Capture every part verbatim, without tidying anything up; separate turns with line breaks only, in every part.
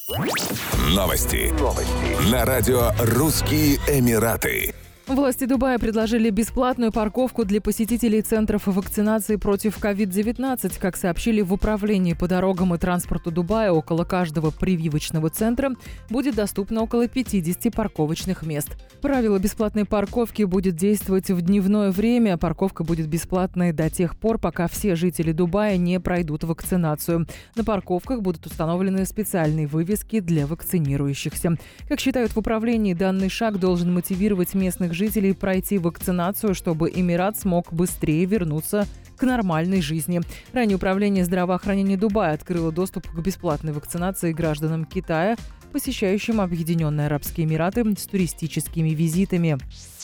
Новости. Новости. На радио «Русские Эмираты».
Власти Дубая предложили бесплатную парковку для посетителей центров вакцинации против ковид девятнадцать. Как сообщили в Управлении по дорогам и транспорту Дубая, около каждого прививочного центра будет доступно около пятьдесят парковочных мест. Правило бесплатной парковки будет действовать в дневное время. Парковка будет бесплатной до тех пор, пока все жители Дубая не пройдут вакцинацию. На парковках будут установлены специальные вывески для вакцинирующихся. Как считают в управлении, данный шаг должен мотивировать местных жителей пройти вакцинацию, чтобы Эмират смог быстрее вернуться к нормальной жизни. Ранее Управление здравоохранения Дубая открыло доступ к бесплатной вакцинации гражданам Китая, посещающим Объединенные Арабские Эмираты с туристическими визитами.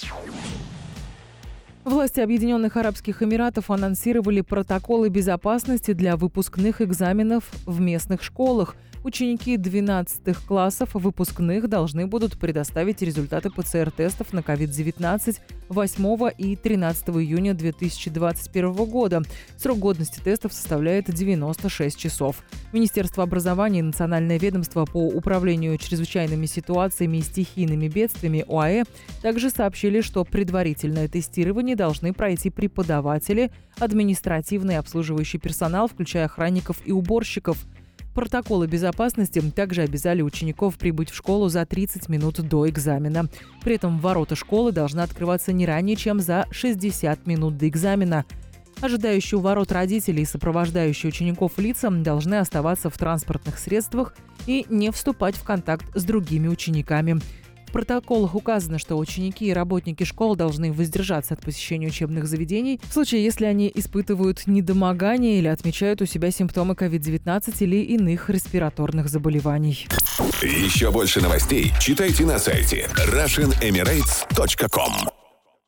Власти Объединенных Арабских Эмиратов анонсировали протоколы безопасности для выпускных экзаменов в местных школах. Ученики двенадцатых классов выпускных должны будут предоставить результаты ПЦР-тестов на ковид девятнадцать восьмого и тринадцатого июня две тысячи двадцать первого года. Срок годности тестов составляет девяносто шесть часов. Министерство образования и Национальное ведомство по управлению чрезвычайными ситуациями и стихийными бедствиями ОАЭ также сообщили, что предварительное тестирование должны пройти преподаватели, административный и обслуживающий персонал, включая охранников и уборщиков. Протоколы безопасности также обязали учеников прибыть в школу за тридцать минут до экзамена. При этом ворота школы должны открываться не ранее, чем за шестьдесят минут до экзамена. Ожидающие у ворот родители и сопровождающие учеников лица должны оставаться в транспортных средствах и не вступать в контакт с другими учениками. В протоколах указано, что ученики и работники школ должны воздержаться от посещения учебных заведений в случае, если они испытывают недомогание или отмечают у себя симптомы ковид девятнадцать или иных респираторных заболеваний.
Еще больше новостей читайте на сайте рашн эмирейтс точка ком.